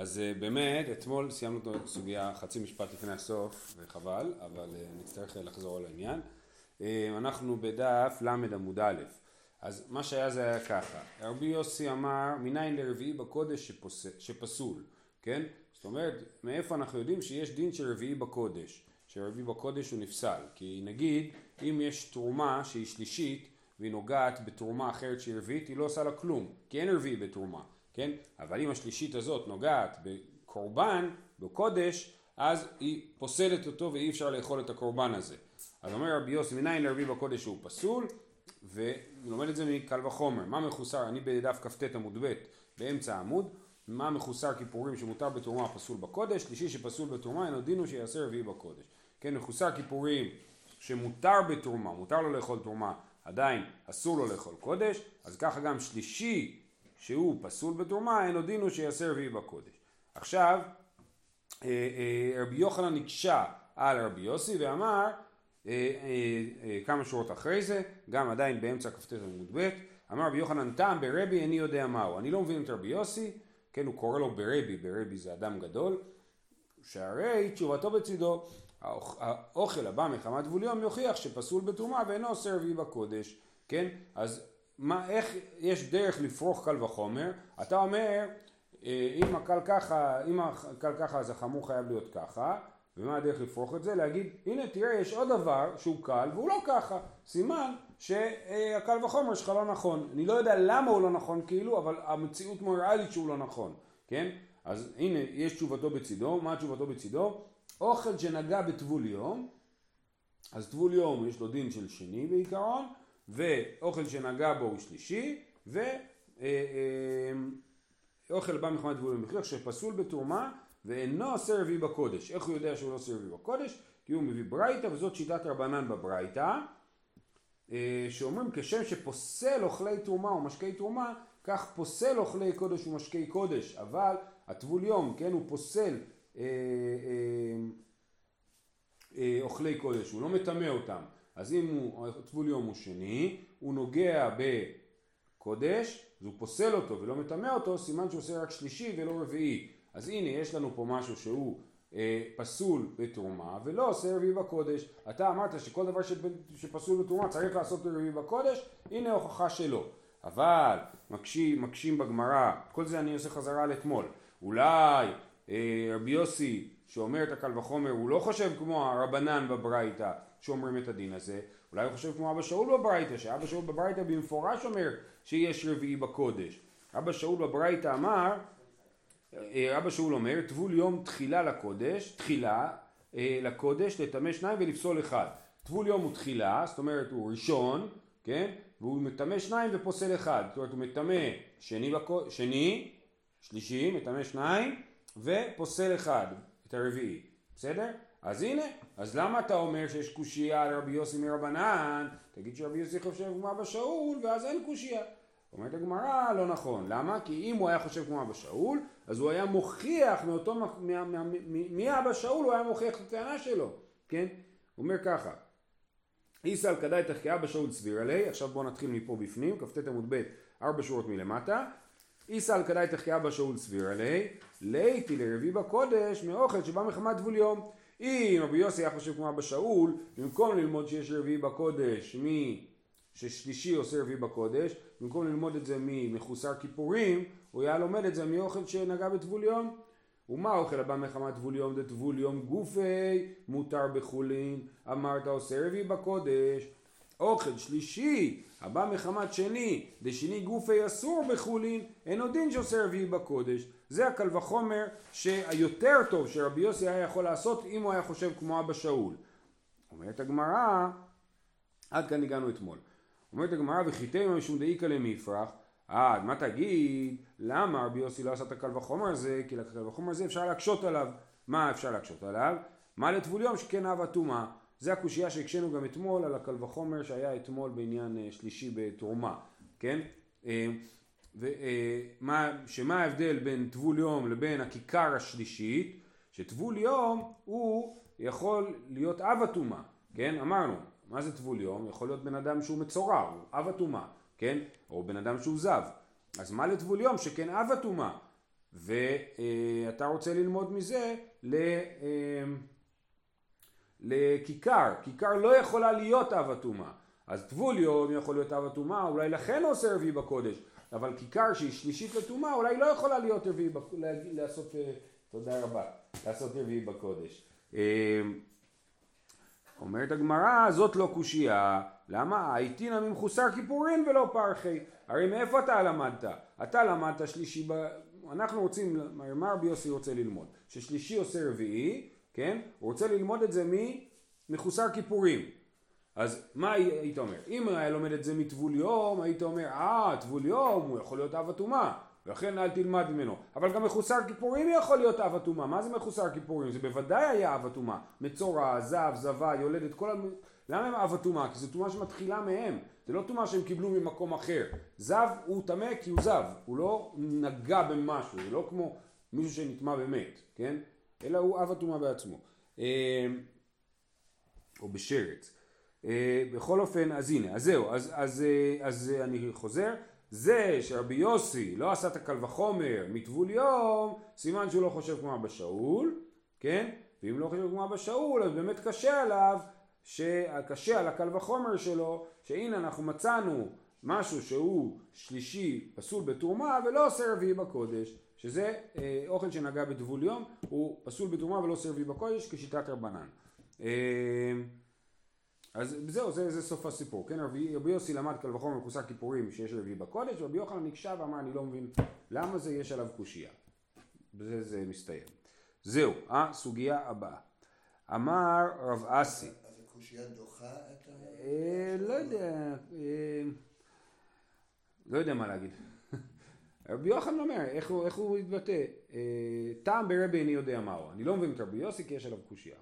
אז באמת, אתמול סיימנו את הסוגיה חצי משפט לפני הסוף, וחבל, אבל נצטרך לחזור על העניין. אנחנו בדף למד עמוד א', אז מה שהיה זה היה ככה, רבי יוסי אמר, מניין לרביעי בקודש שפסול, כן? זאת אומרת, מאיפה אנחנו יודעים שיש דין של רביעי בקודש, שרביעי בקודש הוא נפסל, כי נגיד, אם יש תרומה שהיא שלישית, והיא נוגעת בתרומה אחרת שהיא רביעית, היא לא עושה לה כלום, כי אין רביעי בתרומה. כן? אבל אם השלישית הזאת נוגעת בקורבן, בקודש, אז היא פוסלת אותו ואי אפשר לאכול את הקורבן הזה. אז אומר רבי יוסי, מניין לרביעי בקודש שהוא פסול, ולומד את זה מקל וחומר. מה מחוסר? אני בדף כ"ט עמוד ב' באמצע העמוד, מה מחוסר כיפורים שמותר בתרומה פסול בקודש, שלישי שפסול בתרומה, אין עוד דינו שיעשה רביעי בקודש. כן, מחוסר כיפורים שמותר בתרומה, מותר לו לאכול תרומה, עדיין אסור לו לאכול קודש, אז ככה גם שלישי שהוא פסול בתרומה, אין עוד דינו שיעשה רביעי בקודש. עכשיו, רבי יוחנן נקשה על רבי יוסי ואמר, כמה שורות אחרי זה, גם עדיין באמצע כ"ט עמוד ב', אמר רבי יוחנן טעם ברבי איני יודע מהו. אני לא מבין את רבי יוסי, כן, הוא קורא לו ברבי, ברבי זה אדם גדול, שהרי תשובתו בצידו, האוכל הבא מחמת טבול יוכיח שפסול בתרומה ואינו עושה רביעי בקודש, כן? אז איך יש דרך לפרוך קל וחומר? אתה אומר, אם הקל ככה אז החמור חייב להיות ככה, ומה הדרך לפרוך את זה? להגיד, הנה תראה יש עוד דבר שהוא קל והוא לא ככה, סימן שהקל וחומר שלך לא נכון. אני לא יודע למה הוא לא נכון כאילו, אבל המציאות מראה לי שהוא לא נכון, כן? אז הנה יש תשובתו בצידו. מה תשובתו בצידו? אוכל שנגע בטבול יום, אז טבול יום יש לו דין של שני בעיקרון, ואוכל שנגע בו הוא שלישי, ואוכל בא מחמת טבול יום יוכיח שפסול בתרומה ואינו עושה רביעי בקודש. איך הוא יודע שהוא לא עושה רביעי בקודש? כי הוא מביא ברייתא, וזאת שיטת רבנן בברייתא, שאומרים כשם שפוסל אוכלי תרומה ומשקי תרומה, כך פוסל אוכלי קודש ומשקי קודש, אבל הטבול יום, כן, הוא פוסל אוכלי קודש, הוא לא מטמא אותם. אז אם הטבול יום הוא שני, הוא נוגע בקודש, אז הוא פוסל אותו ולא מטמא אותו, סימן שהוא עושה רק שלישי ולא רביעי. אז הנה יש לנו פה משהו שהוא פסול בתרומה ולא עושה רביעי בקודש. אתה אמרת שכל דבר שפסול בתרומה צריך לעשות רביעי בקודש, הנה הוכחה שלו. אבל מקשים בגמרא, כל זה אני עושה חזרה לאתמול. אולי רבי יוסי שאומר את הקל וחומר הוא לא חושב כמו הרבנן בברייתא שאומרים את הדין הזה, אולי הוא חושב כמו אבא שאול בברייתא, שאבא שאול בברייתא במפורש אומר שיש רביעי בקודש. אבא שאול בברייתא אמר, אבא שאול אומר, טבול יום תחילה לקודש, לטמא שניים ולפסול אחד. טבול יום הוא תחילה, זאת אומרת הוא ראשון, כן? והוא מטמא שניים ופוסל אחד. זאת אומרת הוא מטמא שני, שלישי, מטמא שניים ופוסל אחד, את הרביעי. בסדר? אז הנה, אז למה אתה אומר שיש קושיה על רבי יוסי מרבנן? תגיד שרבי יוסי חושב כמו אבא שאול ואז אין קושיה. אומרת הגמרא, לא נכון. למה? כי אם הוא היה חושב כמו אבא שאול, אז הוא היה מוכיח מאבא שאול, הוא היה מוכיח את הטענה שלו. כן? הוא אומר ככה, איסל כדאי תחכה אבא שאול סביר עלי, עכשיו בואו נתחיל מפה בפנים, כ"ט עמוד ב' 4 שורות מלמטה. איסל כדאי תחכה אבא שאול סביר עלי, ליתי לרביעי בקודש מאוכל שבא מחמת טבול יום. אם רבי יוסי היה חושב כמו אבא שאול, במקום ללמוד שיש רביעי בקודש ששלישי עושה רביעי בקודש, במקום ללמוד את זה ממחוסר כיפורים, הוא היה לומד את זה מאוכל שנגע בטבול יום. ומה אוכל הבא מחמת טבול יום? זה טבול יום גופי, מותר בחולין, אמרת עושה רביעי בקודש. אוכל שלישי, הבא מחמת שני, דשני גופי אסור בחולין, אין עוד דין שעושה רביעי בקודש. זה הקל וחומר שהיותר טוב שרבי יוסי היה יכול לעשות אם הוא היה חושב כמו אבא שאול. אומרת הגמרא, עד כאן הגענו אתמול. אומרת הגמרא, וחיתימה משום דאיקה למפרח, מה תגיד? למה רבי יוסי לא עשה את הקל וחומר הזה? כי לקל וחומר הזה אפשר להקשות עליו. מה אפשר להקשות עליו? מה לטבול יום שכן אהבה טומאה? זה הקושייה שהקשנו גם אתמול על הקל וחומר שהיה אתמול בעניין שלישי בתרומה, כן? שמה ההבדל בין טבול יום לבין הכיכר השלישית? שטבול יום הוא יכול להיות אב הטומאה, כן? אמרנו, מה זה טבול יום? יכול להיות בן אדם שהוא מצורע, הוא אב הטומאה, כן? או בן אדם שהוא זב. אז מה לטבול יום שכן אב הטומאה? ואתה רוצה ללמוד מזה לכיכר, כיכר לא יכולה להיות אב הטומאה, אז טבול יום יכול להיות אב הטומאה, אולי לכן עושה רביעי בקודש, אבל כיכר שהיא שלישית לטומאה אולי לא יכולה להיות רביעי לעשות, תודה רבה, לעשות רביעי בקודש. אומרת הגמרא, זאת לא קושייה, למה? הייתינא ממחוסר כיפורין ולא פרחי, הרי מאיפה אתה למדת? אתה למדת שלישי, אנחנו רוצים, מה רבי יוסי רוצה ללמוד? ששלישי עושה רביעי, כן? הוא רוצה ללמוד את זה ממחוסר כיפורים. אז מה היית אומר? אם היה לומד את זה מטבול יום, היית אומר, טבול יום הוא יכול להיות אב הטומאה, ולכן אל תלמד ממנו. אבל גם מחוסר כיפורים יכול להיות אב הטומאה. מה זה מחוסר כיפורים? זה בוודאי היה אב הטומאה. מצורע, זב, זבה, יולדת, כל למה הם אב הטומאה? כי זו טומאה שמתחילה מהם. זה לא טומאה שהם קיבלו ממקום אחר. זב הוא טמא כי הוא זב. הוא לא נגע במשהו. זה לא כמו מישהו שנטמא באמת, כן? אלא הוא אב הטומאה בעצמו. או בשרץ. בכל אופן, אז הנה, אז זהו, אז אני חוזר. זה שרבי יוסי לא עשה את הקל וחומר מטבול יום, סימן שהוא לא חושב כמו אבא שאול, כן? ואם לא חושב כמו אבא שאול, אז באמת קשה עליו, קשה על הקל וחומר שלו, שהנה אנחנו מצאנו משהו שהוא שלישי פסול בתרומה ולא עושה רביעי בקודש, שזה אוכל שנגע בטבול יום, הוא פסול בתרומה ולא עושה רביעי בקודש כשיטת רבנן. אז זהו, זה סוף הסיפור, כן? רבי יוסי למד קל וחומר מחוסר כיפורים שיש רביעי בקודש, ורבי יוחנן נקשה ואמר אני לא מבין למה זה יש עליו קושייה. בזה זה מסתיים. זהו, הסוגיה הבאה. אמר רב אסי. אז הקושייה דוחה את לא יודע מה להגיד. רבי יוחנן אומר, איך הוא התבטא? טעם ברבי איני יודע מהו. אני לא מבין את רבי יוסי כי יש עליו קושייה.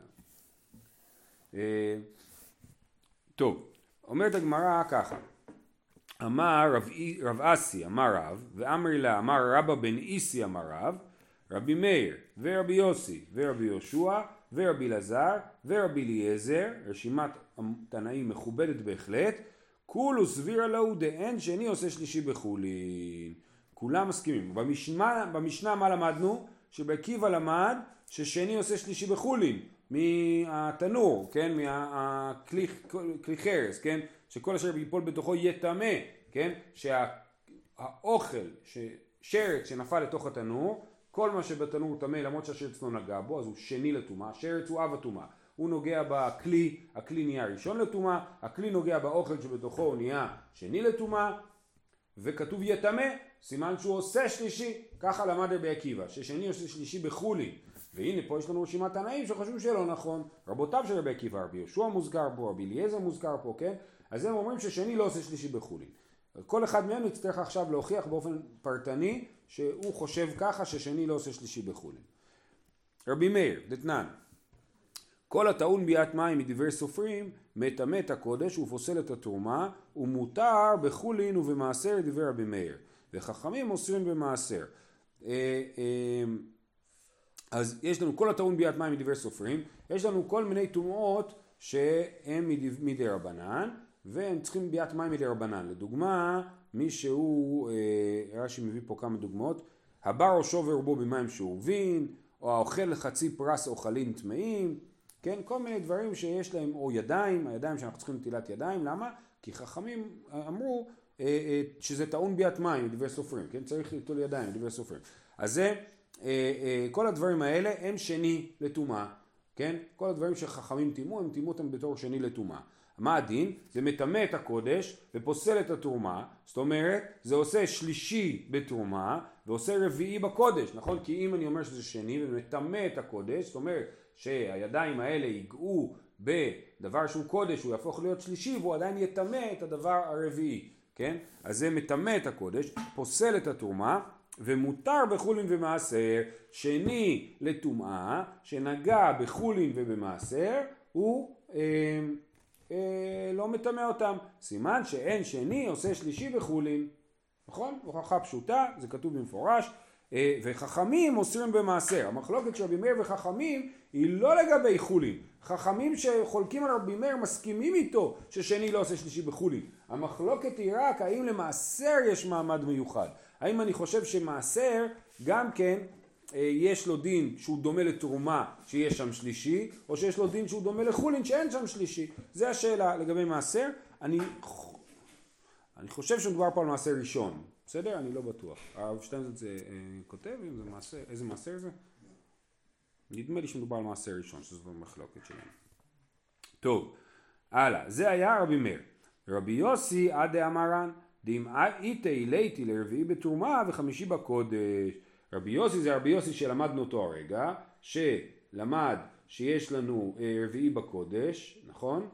טוב, אומרת הגמרא ככה, אמר רב אסי אמר רב, ואמר לה אמר רבא בן איסי אמר רב, רבי מאיר ורבי יוסי ורבי יהושע ורבי אלעזר ורבי אליעזר, רשימת תנאים מכובדת בהחלט, כולו סבירה לו דאין שני עושה שלישי בחולין. כולם מסכימים. במשנה מה למדנו? שרבי עקיבא למד ששני עושה שלישי בחולין. מהתנור, כן? מהכלי חרס, כן? שכל אשר ייפול בתוכו יטמא, כן? שהאוכל, שרץ שנפל לתוך התנור, כל מה שבתנור טמא למרות שהשרץ לא נגע בו, אז הוא שני לטומאה, שרץ הוא אב הטומאה. הוא נוגע בכלי, הכלי נהיה ראשון לטומאה, הכלי נוגע באוכל שבתוכו הוא נהיה שני לטומאה, וכתוב יטמא, סימן שהוא עושה שלישי, ככה למד רבי עקיבא, ששני עושה שלישי בחולין. והנה פה יש לנו רשימת תנאים שחושבים שלא נכון, רבותיו של רבי עקיבא, רבי יהושע מוזכר פה, רבי אליעזר מוזכר פה, כן? אז הם אומרים ששני לא עושה שלישי בחולין. כל אחד מהם יצטרך עכשיו להוכיח באופן פרטני שהוא חושב ככה ששני לא עושה שלישי בחולין. רבי מאיר, דתנן, כל הטעון ביאת מים מדברי סופרים מטמא את הקודש ופוסל את התרומה ומותר בחולין ובמעשר דברי רבי מאיר, וחכמים אוסרים במעשר. אז יש לנו כל הטעון ביאת מים מדברי סופרים, יש לנו כל מיני טומאות שהם מדי רבנן, והם צריכים ביאת מים מדי רבנן. לדוגמה, מישהו, רש"י מביא פה כמה דוגמאות, הבר ראשו ורובו במים שאובין, או האוכל חצי פרס אוכלים טמאים, כן? כל מיני דברים שיש להם, או ידיים, הידיים שאנחנו צריכים נטילת ידיים, למה? כי חכמים אמרו שזה טעון ביאת מים מדברי סופרים, כן? צריך ליטול ידיים מדברי סופרים. אז זה כל הדברים האלה הם שני לטומאה, כן? כל הדברים שחכמים טימו, הם טימו אותם בתור שני לטומאה. מה הדין? זה מטמא את הקודש ופוסל את התרומה, זאת אומרת, זה עושה שלישי בתרומה ועושה רביעי בקודש, נכון? כי אם אני אומר שזה שני ומטמא את הקודש, זאת אומרת שהידיים האלה ייגעו בדבר שהוא קודש, הוא יהפוך להיות שלישי והוא עדיין יטמא את הדבר הרביעי, כן? אז זה מטמא את הקודש, פוסל את התרומה, ומותר בחולין ומעשר, שני לטומאה, שנגע בחולין ובמעשר, הוא לא מטמא אותם. סימן שאין שני עושה שלישי בחולין, נכון? הוכחה פשוטה, זה כתוב במפורש, וחכמים אוסרים במעשר. המחלוקת של רבי מאיר וחכמים היא לא לגבי חולין. חכמים שחולקים על רבי מאיר מסכימים איתו ששני לא עושה שלישי בחולין. המחלוקת היא רק האם למעשר יש מעמד מיוחד. האם אני חושב שמעשר גם כן יש לו דין שהוא דומה לתרומה שיש שם שלישי, או שיש לו דין שהוא דומה לחולין שאין שם שלישי. זה השאלה לגבי מעשר. אני חושב שמדובר פה על מעשר ראשון, בסדר? אני לא בטוח. הרב שטיינזלץ כותב אם זה מעשר, איזה מעשר זה? נדמה לי שמדובר על מעשר ראשון, שזו מחלוקת שלנו. טוב, הלאה. זה היה רבי מאיר. רבי יוסי עד דאמרן, דאם איתי ליתי לרביעי בתרומה וחמישי בקודש. רבי יוסי זה רבי יוסי שלמדנו אותו הרגע, שלמד שיש לנו רביעי בקודש, נכון?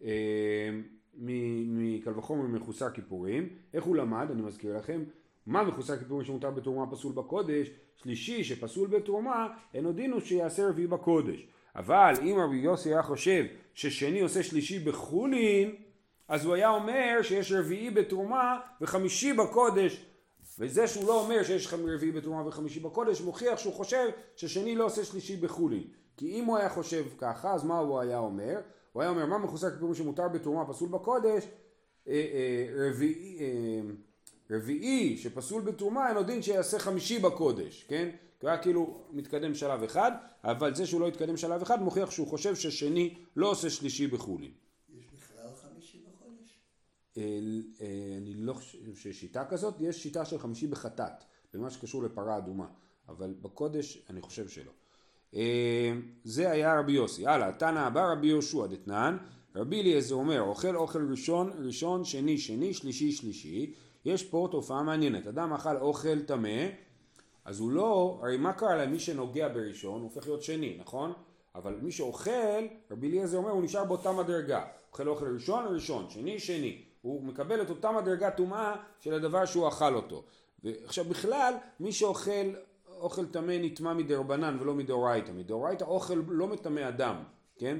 מקל וחומר מחוסר כיפורים. איך הוא למד? אני מזכיר לכם. מה מחוסר כיפורים שמותר בתרומה פסול בקודש? שלישי שפסול בתרומה, אין דינו שיעשה רביעי בקודש. אבל אם רבי יוסי היה חושב ששני עושה שלישי בחולין, אז הוא היה אומר שיש רביעי בתרומה וחמישי בקודש. וזה שהוא לא אומר שיש רביעי בתרומה וחמישי בקודש, מוכיח שהוא חושב ששני לא עושה שלישי בחולין. כי אם הוא היה חושב ככה, אז מה הוא היה אומר? הוא היה אומר, מה מחוסר כיפורים שמותר בתרומה פסול בקודש? רביעי שפסול בתרומה, אין עוד דין שיעשה חמישי בקודש, כן? הוא היה כאילו מתקדם שלב אחד, אבל זה שהוא לא התקדם שלב אחד, מוכיח שהוא חושב ששני לא עושה שלישי בחולין. יש בכלל חמישי בחודש? אני לא חושב ששיטה כזאת, יש שיטה של חמישי בחטאת, במה שקשור לפרה אדומה, אבל בקודש אני חושב שלא. זה היה רבי יוסי. הלאה, תנא הבא רבי יהושע דתנן, רבי אליעזר אומר, אוכל ראשון, שני, שלישי. יש פה תופעה מעניינת. אדם אכל אוכל טמא, אז הוא לא, הרי מה קרה להם? מי שנוגע בראשון, הוא הופך להיות שני, נכון? אבל מי שאוכל, רבי אליעזר אומר, הוא נשאר באותה מדרגה. אוכל ראשון, שני. הוא מקבל את אותה מדרגה טומאה של הדבר שהוא אכל אותו. ועכשיו בכלל, מי שאוכל אוכל טמא נטמא מדרבנן ולא מדאורייתא. מדאורייתא אוכל לא מטמא אדם, כן?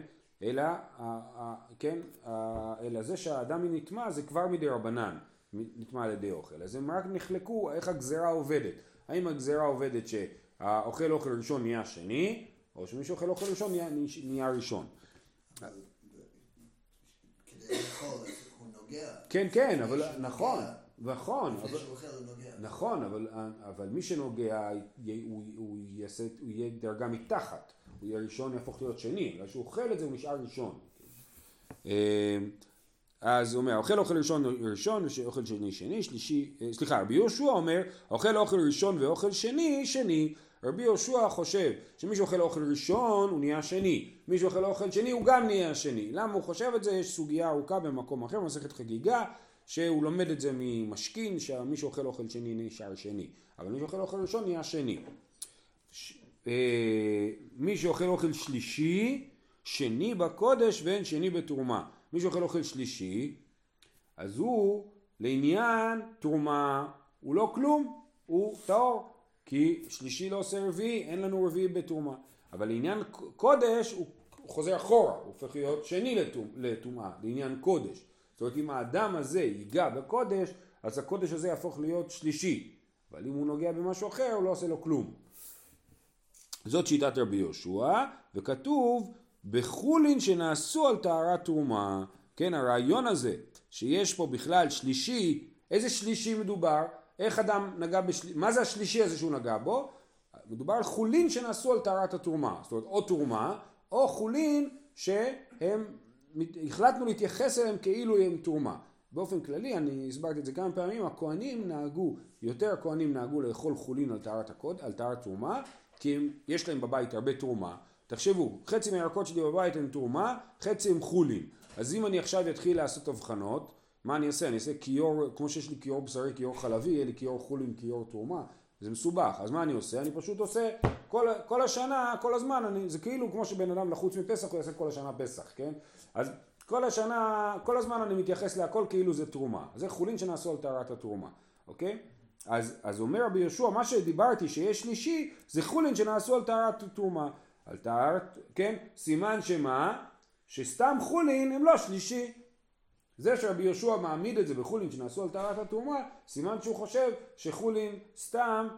אלא זה שהאדם נטמא זה כבר מדרבנן, נטמא על ידי אוכל. אז הם רק נחלקו איך הגזרה עובדת. האם הגזרה עובדת שהאוכל אוכל ראשון נהיה שני, או שמי שאוכל אוכל ראשון נהיה ראשון. כדי לאכול הוא נוגע. כן, אבל נכון. נכון, אבל מי שנוגע הוא יהיה דרגה מתחת, הוא יהיה ראשון, יהפוך להיות שני, בגלל שהוא אוכל את זה הוא נשאר ראשון. אז הוא אומר, אוכל ראשון, אוכל שני, שלישי, סליחה, רבי יהושע אומר, אוכל ראשון ואוכל שני, רבי יהושע חושב שמי שאוכל אוכל ראשון הוא נהיה שני, מי שאוכל אוכל שני הוא גם נהיה שני. למה הוא חושב את זה? יש סוגיה ארוכה במקום אחר, מסכת חגיגה, שהוא לומד את זה ממשכין, שמי שאוכל אוכל שני נשאר שני, אבל מי שאוכל אוכל ראשון נהיה שני. מי שאוכל אוכל שלישי, שני בקודש ואין שני בתרומה. מי שאוכל אוכל שלישי, אז הוא לעניין תרומה, הוא לא כלום, הוא טהור, כי שלישי לא עושה רביעי, אין לנו רביעי בתרומה. אבל לעניין קודש הוא חוזר אחורה, הוא הופך להיות שני לתרומה, לעניין קודש. זאת אומרת, אם האדם הזה ייגע בקודש, אז הקודש הזה יהפוך להיות שלישי. אבל אם הוא נוגע במשהו אחר, הוא לא עושה לו כלום. זאת שיטת רבי יהושע, וכתוב, בחולין שנעשו על טהרת תרומה. כן, הרעיון הזה, שיש פה בכלל שלישי, איזה שלישי מדובר? איך אדם נגע מה זה השלישי הזה שהוא נגע בו? מדובר על חולין שנעשו על טהרת התרומה. זאת אומרת, או תרומה, או חולין שהם החלטנו להתייחס אליהם כאילו הם תרומה. באופן כללי, אני הסברתי את זה כמה פעמים, יותר הכהנים נהגו לאכול חולין על טהרת תרומה, כי יש להם בבית הרבה תרומה. תחשבו, חצי מהירקות שלי בבית הם תרומה, חצי הם חולין. אז אם אני עכשיו אתחיל לעשות הבחנות, מה אני אעשה? אני אעשה כיור, כמו שיש לי כיור בשרי, כיור חלבי, יהיה לי כיור חולין, כיור תרומה. זה מסובך. אז מה אני עושה? אני פשוט עושה כל השנה, כל הזמן, זה כאילו כמו שבן אדם לחוץ מפסח, הוא יעשה כל השנה פסח, כן? אז כל השנה, כל הזמן אני מתייחס להכל כאילו זה תרומה. זה חולין שנעשו על טהרת התרומה, אוקיי? אז אומר רבי יהושע, מה שדיברתי שיש שלישי, זה חולין שנעשו על טהרת תרומה. על טהרת, כן? סימן שמה? שסתם חולין הם לא שלישי. זה שרבי יהושע מעמיד את זה בחולין שנעשו על טהרת התרומה, סימן שהוא חושב שחולין סתם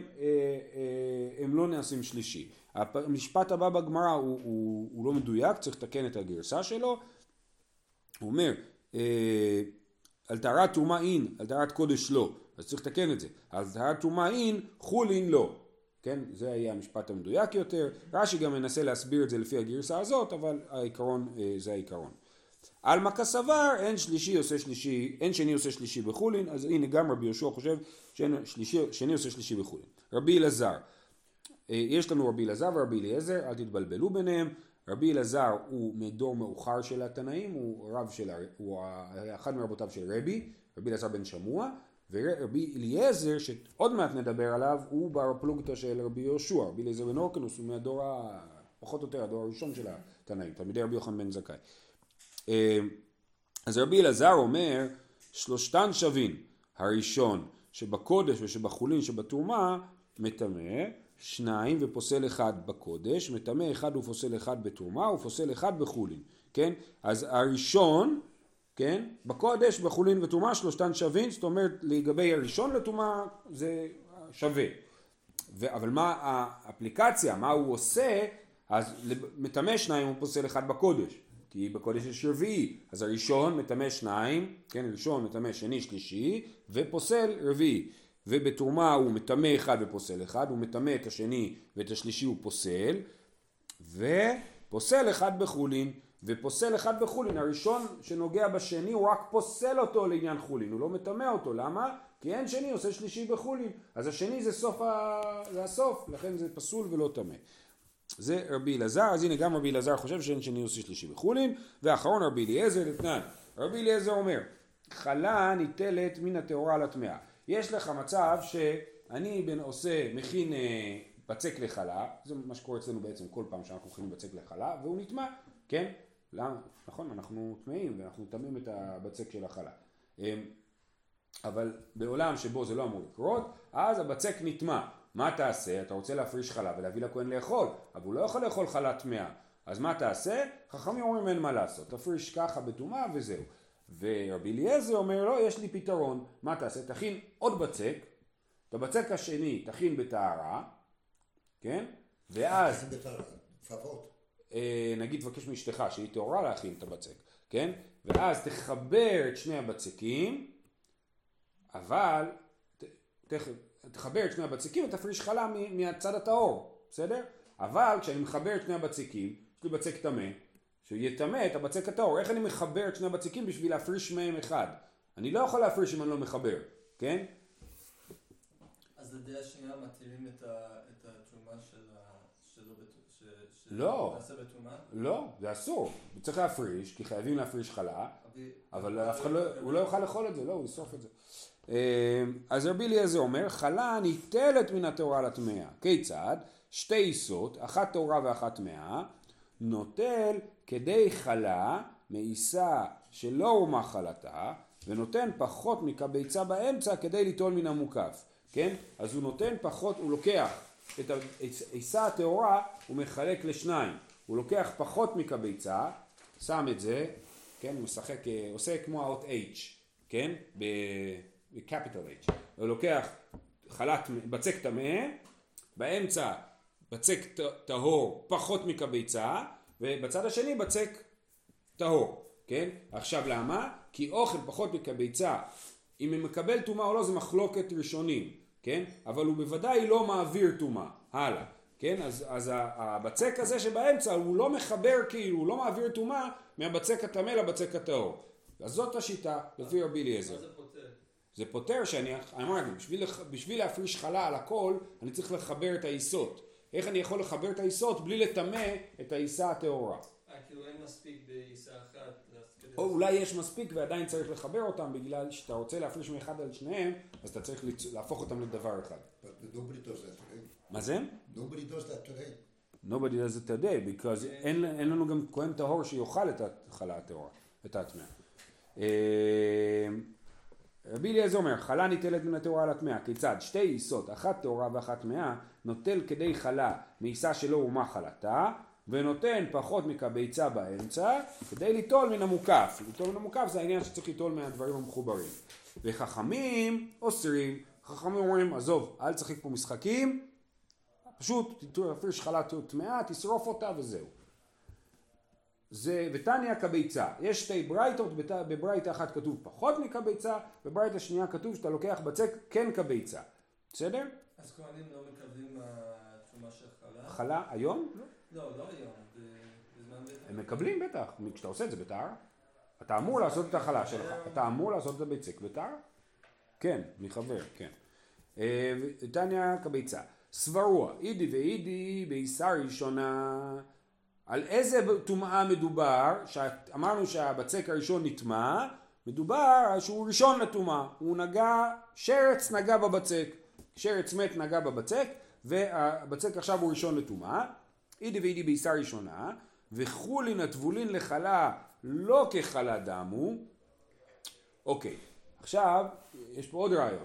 הם לא נעשים שלישי. המשפט הבא בגמרא הוא לא מדויק, צריך לתקן את הגרסה שלו. הוא אומר, על טהרת תרומה אין, על טהרת קודש לא. אז צריך לתקן את זה. אז טהרת טומאה אין, חולין לא. כן, זה היה המשפט המדויק יותר. רש"י גם מנסה להסביר את זה לפי הגרסה הזאת, אבל העיקרון זה העיקרון. על מה כסבר, אין שני עושה שלישי בחולין, אז הנה גם רבי יהושע חושב שני עושה שלישי בחולין. רבי אלעזר, יש לנו רבי אלעזר ורבי אליעזר, אל תתבלבלו ביניהם. רבי אלעזר הוא מדור מאוחר של התנאים, הוא אחד מרבותיו של רבי אלעזר בן שמוע, ורבי אליעזר שעוד מעט נדבר עליו הוא בר פלוגתא של רבי יהושע. רבי אליעזר בן הורקנוס הוא מהדור פחות או יותר הדור הראשון של התנאים, תלמידי רבי יוחנן בן זכאי. אז רבי אלעזר אומר שלושתן שווים, הראשון שבקודש ושבחולין שבתרומה מטמא, שניים ופוסל אחד בקודש, מטמא אחד ופוסל אחד בתרומה ופוסל אחד בחולין, כן? אז הראשון, כן? בקודש, בחולין ותרומה שלושתן שווים, זאת אומרת לגבי הראשון לתרומה זה שווה. אבל מה האפליקציה, מה הוא עושה? אז מטמא שניים ופוסל אחד בקודש. כי בקודש יש רביעי, אז הראשון מטמא שניים, כן, ראשון מטמא שני שלישי, ופוסל רביעי. ובתרומה הוא מטמא אחד ופוסל אחד, הוא מטמא את השני ואת השלישי הוא פוסל, ופוסל אחד בחולין, ופוסל אחד בחולין, הראשון שנוגע בשני הוא רק פוסל אותו לעניין חולין, הוא לא מטמא אותו, למה? כי אין שני עושה שלישי בחולין, אז השני זה הסוף, לכן זה פסול ולא טמא. זה רבי אלעזר, אז הנה גם רבי אלעזר חושב שאין שני עושה שלישי בחולין, ואחרון רבי אליעזר לתנן. רבי אליעזר אומר, חלה ניטלת מן הטהורה לטמאה. יש לך מצב שאני מכין בצק לחלה, זה מה שקורה אצלנו בעצם כל פעם שאנחנו מכינים בצק לחלה, והוא נטמא, כן? למה? נכון, אנחנו טמאים ואנחנו טמאים את הבצק של החלה. אבל בעולם שבו זה לא אמור לקרות, אז הבצק נטמא. מה תעשה? אתה רוצה להפריש חלה ולהביא לכהן לאכול, אבל הוא לא יכול לאכול חלה טמאה. אז מה תעשה? חכמים אומרים אין מה לעשות, תפריש ככה בטומאה וזהו. ורבי אליעזר אומר לו, יש לי פתרון, מה תעשה? תכין עוד בצק, את הבצק השני תכין בטהרה, כן? ואז נגיד תבקש מאשתך שהיא טהורה להכין את הבצק, כן? ואז תחבר את שני הבצקים, אבל תחבר את שני הבצקים ותפריש חלה מהצד הטהור, בסדר? אבל כשאני מחבר את שני הבצקים, יש לי בצק טמא, שיטמא את הבצק הטהור. איך אני מחבר את שני הבצקים בשביל להפריש מהם אחד? אני לא יכול להפריש אם אני לא מחבר, כן? אז לדעה השנייה מתירים את התרומה לא, תעשה בתרומה? לא, זה אסור. צריך להפריש, כי חייבים להפריש חלה, אבל אף אחד הוא לא יוכל לאכול את זה, לא, הוא יסוף את זה. אז רבי אליעזר אומר, חלה ניטלת מן הטהורה לטמאה. כיצד? שתי עיסות, אחת טהורה ואחת טמאה, נוטל כדי חלה מעיסה שלא הומה חלתה, ונותן פחות מכביצה באמצע כדי ליטול מן המוקף, כן? אז הוא נותן פחות, הוא לוקח את העיסה הטהורה, הוא מחלק לשניים, הוא לוקח פחות מכביצה, שם את זה, כן? הוא משחק, עושה כמו האות H, כן? ב-capital H, הוא לוקח בצק טמא, באמצע בצק טהור פחות מכביצה, ובצד השני בצק טהור, כן? עכשיו למה? כי אוכל פחות מכביצה, אם הוא מקבל טומאה או לא זה מחלוקת ראשונים, כן? אבל הוא בוודאי לא מעביר טומאה, הלאה, כן? אז הבצק הזה שבאמצע הוא לא מחבר כאילו, הוא לא מעביר טומאה מהבצק הטמא לבצק הטהור. אז זאת השיטה לפי רבי אליעזר. מה זה פותר? זה פותר שאני אמרתי, בשביל להפריש חלה על הכל, אני צריך לחבר את העיסות. איך אני יכול לחבר את העיסות בלי לטמא את העיסה הטהורה? כאילו אין מספיק בעיסה אחת. או אולי יש מספיק ועדיין צריך לחבר אותם, בגלל שאתה רוצה להפריש מאחד על שניהם, אז אתה צריך להפוך אותם לדבר אחד. מה זה? Nobody does that today. Nobody does it today, because אין לנו גם כהן טהור שיאכל את החלה הטהורה, את הטמאה. רבי אליעזר אומר, חלה ניטלת מן הטהורה לטמאה. כיצד? שתי עיסות, אחת טהורה ואחת טמאה, נוטל כדי חלה מעיסה שלא הומה חלתה, ונותן פחות מכביצה באמצע, כדי ליטול מן המוקף. ליטול מן המוקף זה העניין שצריך ליטול מהדברים המחוברים. וחכמים אוסרים, חכמים אומרים, עזוב, אל תשחק פה משחקים, פשוט תפריש חלה טמאה, תשרוף אותה וזהו. זה ותניא כביצה. יש שתי ברייתות, בברייתה אחת כתוב פחות מכביצה, בברייתה שנייה כתוב שאתה לוקח בצק כן כביצה. בסדר? אז כהנים לא מקבלים תרומה של חלה? חלה היום? לא היום, בזמן בטח. הם מקבלים בטח, כשאתה עושה את זה בטהרה. אתה אמור לעשות את החלה שלך, אתה אמור לעשות את הבצק בטהרה? כן, מחבר, כן. תניא כביצה. סברוע, אידי ואידי בעיסה ראשונה. על איזה טומאה מדובר? אמרנו שהבצק הראשון נטמא, מדובר שהוא ראשון לטומאה. הוא נגע, שרץ נגע בבצק. שרץ מת נגע בבצק, והבצק עכשיו הוא ראשון לטומאה. אידי ואידי בעיסה ראשונה, וחולין הטבולין לחלה לא כחלה דמו. אוקיי, עכשיו יש פה עוד רעיון.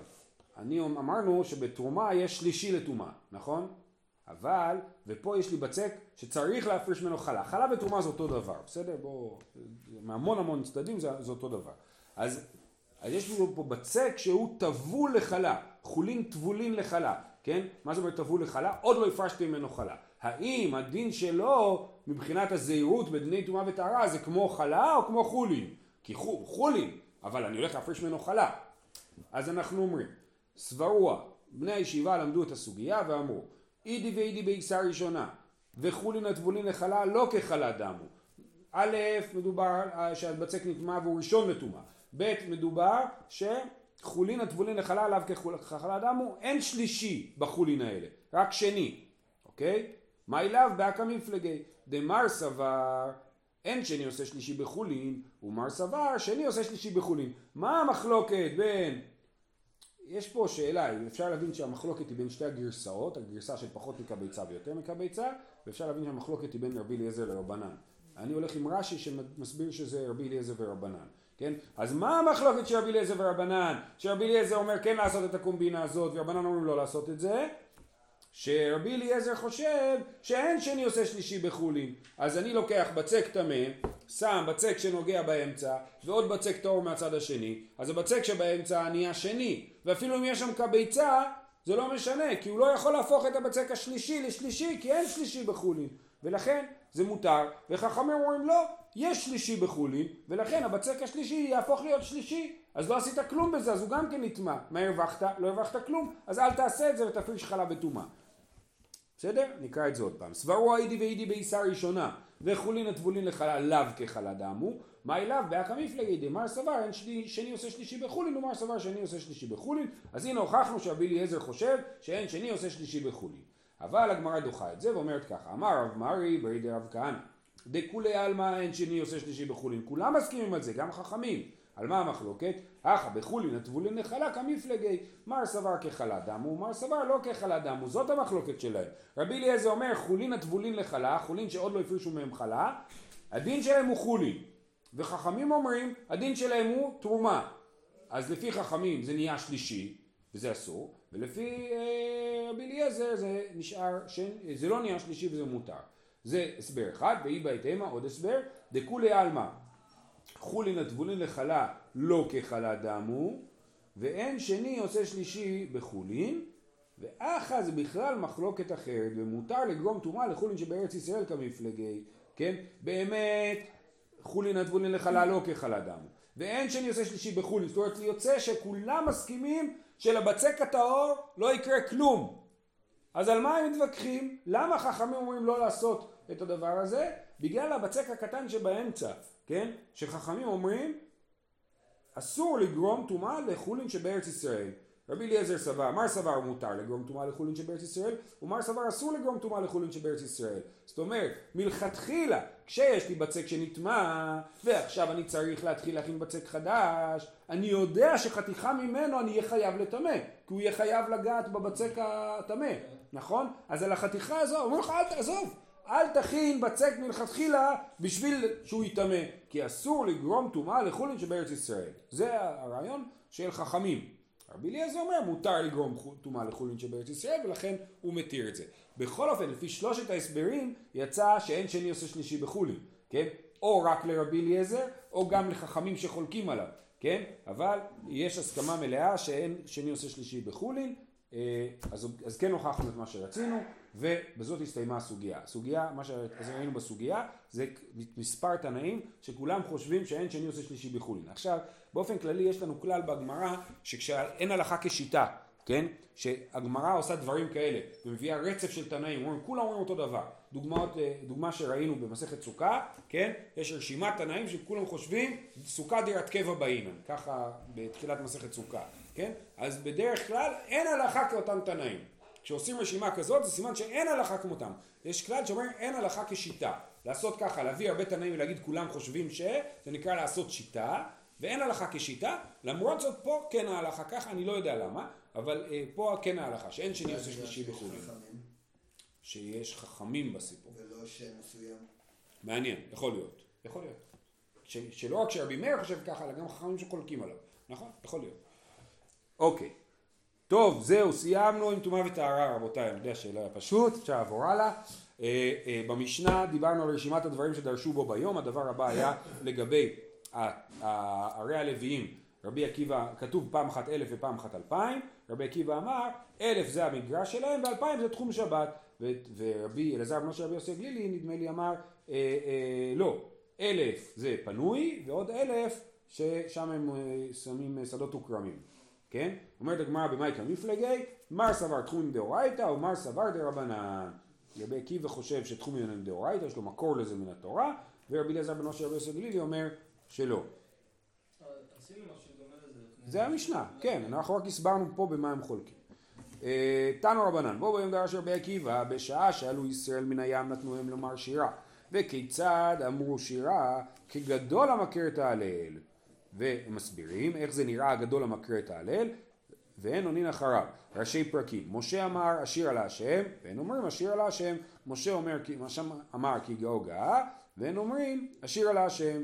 אמרנו שבתרומה יש שלישי לטומאה, נכון? אבל, ופה יש לי בצק שצריך להפריש ממנו חלה. חלה ותרומה זה אותו דבר, בסדר? בואו, מהמון צדדים זה אותו דבר. אז יש לנו פה בצק שהוא טבול לחלה, חולין טבולין לחלה, כן? מה זה אומר טבול לחלה? עוד לא הפרשתי ממנו חלה. האם הדין שלו מבחינת הזהירות בדיני טומאה וטהרה זה כמו חלה או כמו חולין? כי חולין, אבל אני הולך להפריש ממנו חלה. אז אנחנו אומרים, סברוע, בני הישיבה למדו את הסוגיה ואמרו, אידי ואידי בעיסה ראשונה, וחולין הטבולין לחלה לא כחלה דמו. א', מדובר שהבצק נטמא והוא ראשון לטומאה. ב', מדובר שחולין הטבולין לחלה עליו כחלה דמו, אין שלישי בחולין האלה, רק שני. אוקיי? מה אליו? באקא מפלגי. דמר סבר, אין שני עושה שלישי בחולין, ומר סבר, שני עושה שלישי בחולין. מה המחלוקת בין... יש פה שאלה, אפשר להבין שהמחלוקת היא בין שתי הגרסאות, הגרסה של פחות מקביצה ויותר מקביצה, ואפשר להבין שהמחלוקת היא בין רבי אליעזר לרבנן. אני הולך עם רש"י שמסביר שזה רבי אליעזר ורבנן, כן? אז מה המחלוקת של רבי אליעזר ורבנן? שרבי אליעזר אומר כן לעשות את הקומבינה הזאת, ורבנן אומרים לא לעשות את זה, שרבי אליעזר חושב שאין שני עושה שלישי בחולין. אז אני לוקח בצק טמא, שם בצק שנוגע באמצע, ועוד בצק טהור מהצד השני, אז הבצק שבאמצע נהיה שני, ואפילו אם יש שם כביצה, זה לא משנה, כי הוא לא יכול להפוך את הבצק השלישי לשלישי, כי אין שלישי בחולין, ולכן זה מותר, וחכמים אומרים לא, יש שלישי בחולין, ולכן הבצק השלישי יהפוך להיות שלישי, אז לא עשית כלום בזה, אז הוא גם כן נטמא. מה הרווחת? לא הרווחת כלום, אז אל תעשה את זה ותפריש חלה בטומאה. בסדר? נקרא את זה עוד פעם. סברו אידי ואידי בעיסה ראשונה, וחולין הטבולין לחלה לאו כחלה דמו. מה אליו? באקא מפלגי דמר סבר, אין שני עושה שלישי בחולין, ומר סבר שני עושה שלישי בחולין. אז הנה הוכחנו שרבי אליעזר חושב שאין שני עושה שלישי בחולין. אבל הגמרא דוחה את זה ואומרת ככה, אמר רב מרי ברי דרב כהנא, דכולי עלמא אין שני עושה שלישי בחולין. כולם מסכימים על זה, גם חכמים. על מה המחלוקת? אחא בחולין הטבולין לחלה כמפלגי, מר סבר כחלה דמו ומר סבר לא כחלה דמו. זאת המחלוקת שלהם. רבי אליעזר אומר חולין הטבולין לחלה, חולין שעוד לא הפרישו מהם חלה, הדין שלהם הוא חולין. וחכמים אומרים הדין שלהם הוא תרומה. אז לפי חכמים זה נהיה שלישי וזה אסור, ולפי רבי אליעזר זה נשאר, זה לא נהיה שלישי וזה מותר. זה הסבר אחד, ואי בהתאמה עוד הסבר, דכולי עלמא חולין הטבולין לחלה לא כחלה דמו, ואין שני עושה שלישי בחולין, ואחא זה בכלל מחלוקת אחרת, ומותר לגרום טומאה לחולין שבארץ ישראל כמפלגי, כן? באמת חולין הטבולין לחלה לא כחלה דמו, ואין שני עושה שלישי בחולין. זאת אומרת יוצא שכולם מסכימים שלבצק הטהור לא יקרה כלום. אז על מה הם מתווכחים? למה חכמים אומרים לא לעשות את הדבר הזה? בגלל הבצק הקטן שבאמצע, כן? שחכמים אומרים אסור לגרום טומאה לחולין שבארץ ישראל. רבי אליעזר סבר, מר סבר מותר לגרום טומאה לחולין שבארץ ישראל, ומר סבר אסור לגרום טומאה לחולין שבארץ ישראל. זאת אומרת, מלכתחילה, כשיש לי בצק שנטמא, ועכשיו אני צריך להתחיל להכין בצק חדש, אני יודע שחתיכה ממנו אני אהיה חייב לטמא, כי הוא יהיה חייב לגעת בבצק הטמא, נכון? אז על החתיכה הזו, אומרים לך אל תעזוב, אל תכין בצק מלכתחילה בשביל שהוא יטמא, כי אסור לגרום טומאה לחולין שבארץ ישראל. זה הרעיון של חכמים. רבי אליעזר אומר מותר לגרום טומאה לחולין שבארץ ישראל, ולכן הוא מתיר את זה. בכל אופן, לפי שלושת ההסברים יצא שאין שני עושה שלישי בחולין, כן? או רק לרבי אליעזר או גם לחכמים שחולקים עליו, כן? אבל יש הסכמה מלאה שאין שני עושה שלישי בחולין. אז כן הוכחנו את מה שרצינו. ובזאת הסתיימה הסוגיה. הסוגיה, מה שראינו בסוגיה, זה מספר תנאים שכולם חושבים שאין שני עושה שלישי בחולין. עכשיו, באופן כללי יש לנו כלל בגמרא, שכשאין הלכה כשיטה, כן? שהגמרא עושה דברים כאלה, ומביאה רצף של תנאים, כולם אומרים אותו דבר. דוגמה שראינו במסכת סוכה, כן? יש רשימת תנאים שכולם חושבים, סוכה דירת קבע באינן, ככה בתחילת מסכת סוכה, כן? אז בדרך כלל אין הלכה כאותם תנאים. כשעושים רשימה כזאת זה סימן שאין הלכה כמותם. יש כלל שאומר אין הלכה כשיטה. לעשות ככה, להביא הרבה תנאים ולהגיד כולם חושבים זה נקרא לעשות שיטה, ואין הלכה כשיטה. למרות זאת פה כן ההלכה ככה, אני לא יודע למה, אבל פה כן ההלכה, שאין שני עושה שלישי בחולין. שיש חכמים בסיפור. ולא שם מסוים. מעניין, יכול להיות. שלא רק שרבי מאיר חושב ככה, אלא גם חכמים שחולקים עליו. נכון? יכול להיות. אוקיי. טוב, זהו, סיימנו עם טומאה וטהרה, רבותיי, אני יודע שלא היה פשוט, אפשר לעבור הלאה. במשנה דיברנו על רשימת הדברים שדרשו בו ביום, הדבר הבא היה לגבי ערי הלוויים, רבי עקיבא, כתוב פעם אחת 1,000 ופעם אחת 2,000, רבי עקיבא אמר 1,000 זה המגרש שלהם ו2,000 זה תחום שבת, ורבי אלעזר בנו של רבי יוסי הגלילי נדמה לי אמר לא, 1,000 זה פנוי ועוד 1,000 ששם הם שמים שדות וכרמים. כן? אומרת הגמרא במאי כמפלגי, מר סבר תחומים דאורייתא ומר סבר דרבנן. רבי עקיבא חושב שתחומים הם דאורייתא, יש לו מקור לזה מן התורה, ורבי אלעזר בנו של רבי יוסי הגלילי אומר שלא. עשינו משהו דומה לזה. זה המשנה, כן, אנחנו רק הסברנו פה במה הם חולקים. תנו רבנן, בו ביום דרש רבי עקיבא, בשעה שעלו ישראל מן הים נתנו הם לומר שירה, וכיצד אמרו שירה כגדול המכיר את ההלל. והם מסבירים איך זה נראה הגדול המקריא את ההלל, ואין עונין אחריו. ראשי פרקים, משה אמר אשיר על השם, ואין אומרים אשיר על השם. משה אמר כי גאו גאה, ואין אומרים אשיר על השם.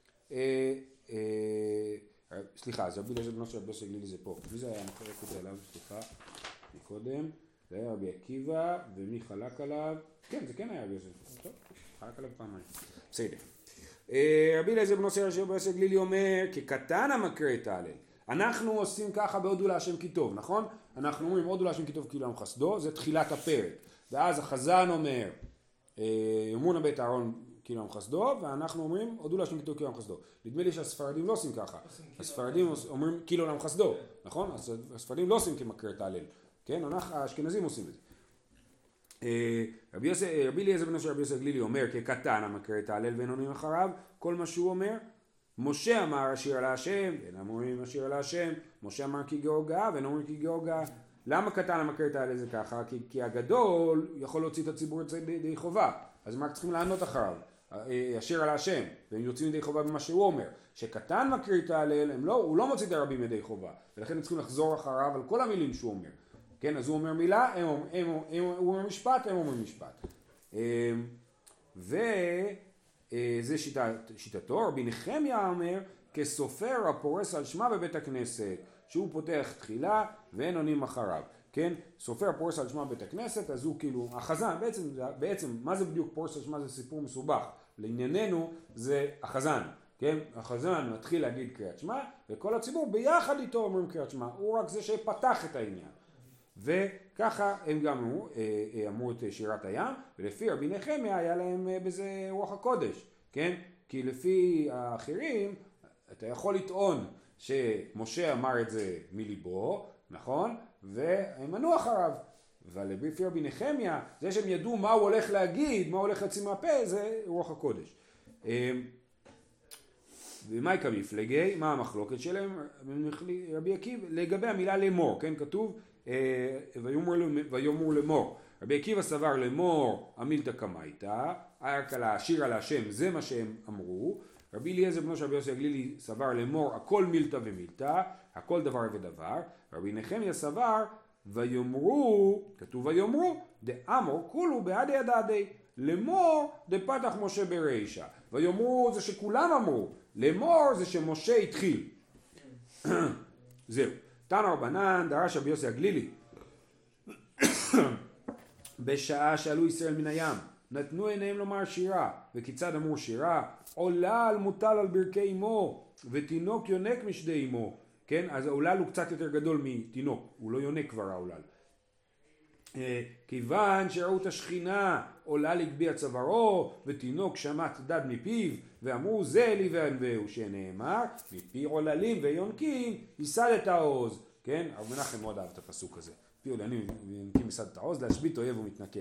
סליחה, אז רבי אלעזר בנו של רבי יוסי הגלילי זה פה. מי זה היה מקריא את זה עליו? סליחה, מקודם. זה היה רבי עקיבא, ומי חלק עליו? כן, זה כן היה רבי יוסי. טוב, חלק עליו פעמיים. בסדר. רבי אלעזר בנו של רבי יוסי הגלילי אומר כקטן המקריא את ההלל. אנחנו עושים ככה בהודו להשם כי טוב, נכון? אנחנו אומרים הודו להשם כי טוב כי עולם חסדו, זה תחילת הפרק. ואז החזן אומר יאמרו נא בית אהרון כי עולם חסדו, ואנחנו אומרים הודו להשם כי טוב כי עולם חסדו. נדמה לי שהספרדים לא עושים ככה. הספרדים אומרים כי עולם חסדו, נכון? הספרדים לא עושים כמקריא את ההלל. כן? האשכנזים עושים את זה. רבי אלעזר בנו של רבי יוסי הגלילי אומר כקטן המקריא את ההלל ואין עונים אחריו. כל מה שהוא אומר, משה אמר אשיר על השם ואין אומרים אשיר על השם. משה אמר כי גאו גאה ואין אומרים כי גאו גאה. למה קטן המקריא את ההלל זה ככה? כי הגדול יכול להוציא את הציבור ידי חובה, אז מה צריכים לענות אחריו? אשיר על השם, והם יוצאים ידי חובה במה שהוא אומר. שקטן מקריא את ההלל הוא לא מוציא את הרבים ידי חובה, ולכן הם צריכים לחזור אחריו על כל המילים שהוא אומר. כן, אז הוא אומר מילה, הוא אומר משפט, הם אומרים משפט. וזה שיטתו, רבי נחמיה אומר, כסופר הפורס על שמה בבית הכנסת, שהוא פותח תחילה ואין עונים אחריו. כן, סופר פורס על שמה בבית הכנסת, אז הוא כאילו, החזן, בעצם, מה זה בדיוק פורס על שמה? זה סיפור מסובך. לענייננו זה החזן. כן, החזן מתחיל להגיד קריאת שמע, וכל הציבור ביחד איתו אומרים קריאת שמע. הוא רק זה שפתח את העניין. וככה הם גם אמרו את שירת הים, ולפי רבי נחמיה היה להם בזה רוח הקודש, כן? כי לפי האחרים אתה יכול לטעון שמשה אמר את זה מליבו, נכון? והם ענו אחריו. אבל לפי רבי נחמיה, זה שהם ידעו מה הוא הולך להגיד, מה הוא הולך לצאת מהפה, זה רוח הקודש. ומה יקרה מפלגי? מה המחלוקת שלהם? רבי עקיבא, לגבי המילה לאמור, כן? כתוב ויאמרו לאמור. רבי עקיבא סבר לאמור המילתא קמייתא, היה כלה אשיר על השם, זה מה שהם אמרו. רבי אליעזר בנו של רבי יוסי הגלילי סבר לאמור הכל מילתא ומילתא, הכל דבר ודבר. רבי נחמיה סבר ויאמרו, כתוב ויאמרו, דאמור כולו בעדי הדדי, לאמור דפתח משה ברישא. ויאמרו זה שכולם אמרו, לאמור זה שמשה התחיל. זהו. תנו רבנן דרש רבי יוסי הגלילי בשעה שעלו ישראל מן הים נתנו עיניהם לומר שירה, וכיצד אמרו שירה? עולל מוטל על ברכי אמו ותינוק יונק משדי אמו. כן, אז העולל הוא קצת יותר גדול מתינוק, הוא לא יונק כבר העולל. כיוון שראו את השכינה עולה לגבי צווארו ותינוק שמט דד מפיו ואמרו זה לי וענווהו, שנאמר מפי עוללים ויונקים ייסד את העוז. כן, הרב מנחם מאוד אהב את הפסוק הזה, מפי עוללים ויונקים ייסד את העוז, להשבית אויב ומתנקם.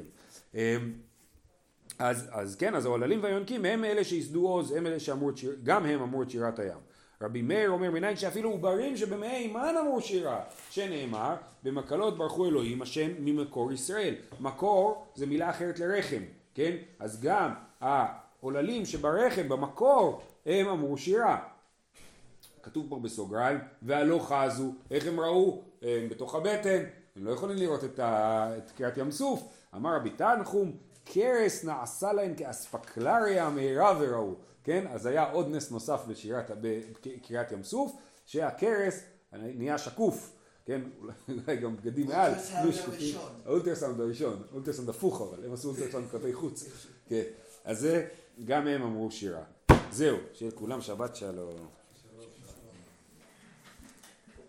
אז כן, אז העוללים והיונקים הם אלה שיסדו עוז, הם אלה שאמרו גם הם אמרו את שירת הים. רבי מאיר אומר מניין שאפילו עוברים שבמאי אימן אמרו שירה, שנאמר במקלות ברכו אלוהים השם ממקור ישראל. מקור זה מילה אחרת לרחם, כן? אז גם העוללים שברחם במקור הם אמרו שירה. כתוב פה בסוגריים והלא חזו, איך הם ראו? הם בתוך הבטן, הם לא יכולים לראות את קריאת ים סוף. אמר רבי תנחום קרס נעשה להם כאספקלריה מהירה וראו. כן, אז היה עוד נס נוסף בקריאת ים סוף, שהקרס נהיה שקוף, כן, אולי גם בגדים מעל, האולטרסאונד הראשון, אולטרסאונד הפוך, אבל הם עשו אולטרסאונד כלפי חוץ, כן, אז זה גם הם אמרו שירה. זהו, שיהיה לכולם שבת שלום.